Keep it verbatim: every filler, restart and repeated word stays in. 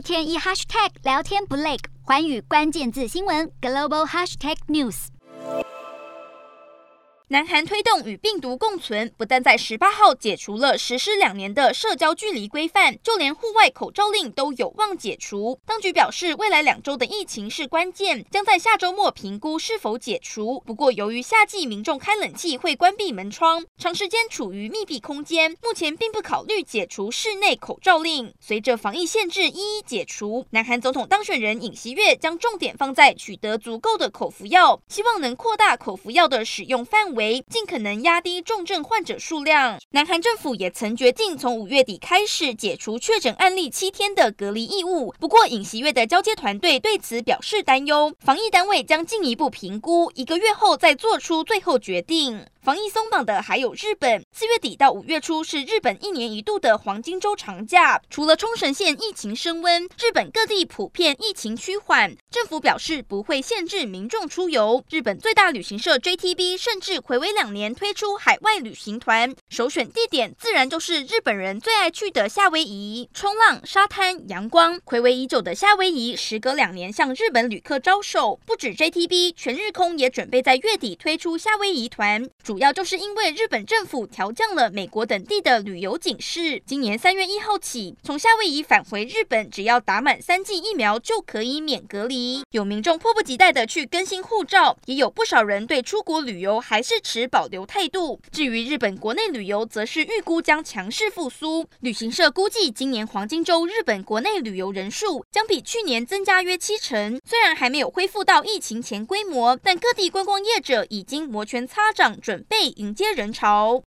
天一 hashtag 聊天不累，寰宇关键字新闻 global hashtag news。 南韩推动与病毒共存，不但在十八号解除了实施两年的社交距离规范，就连户外口罩令都有望解除。当局表示，未来两周的疫情是关键，将在下周末评估是否解除。不过，由于夏季民众开冷气会关闭门窗，长时间处于密闭空间，目前并不考虑解除室内口罩令。随着防疫限制一一解除，南韩总统当选人尹锡悦将重点放在取得足够的口服药，希望能扩大口服药的使用范围。尽可能压低重症患者数量。南韩政府也曾决定从五月底开始解除确诊案例七天的隔离义务。不过，尹锡悦的交接团队对此表示担忧，防疫单位将进一步评估，一个月后再做出最后决定。防疫松绑的还有日本，四月底到五月初是日本一年一度的黄金周长假。除了冲绳县疫情升温，日本各地普遍疫情趋缓，政府表示不会限制民众出游。日本最大旅行社 J T B 甚至睽违两年推出海外旅行团，首选地点自然就是日本人最爱去的夏威夷，冲浪、沙滩、阳光。睽违已久的夏威夷，时隔两年向日本旅客招手。不止 J T B， 全日空也准备在月底推出夏威夷团。主要就是因为日本政府调降了美国等地的旅游警示，今年三月一号起，从夏威夷返回日本，只要打满三剂疫苗就可以免隔离。有民众迫不及待的去更新护照，也有不少人对出国旅游还是持保留态度。至于日本国内旅游，则是预估将强势复苏。旅行社估计，今年黄金周日本国内旅游人数将比去年增加约七成。虽然还没有恢复到疫情前规模，但各地观光业者已经摩拳擦掌，准备迎接人潮。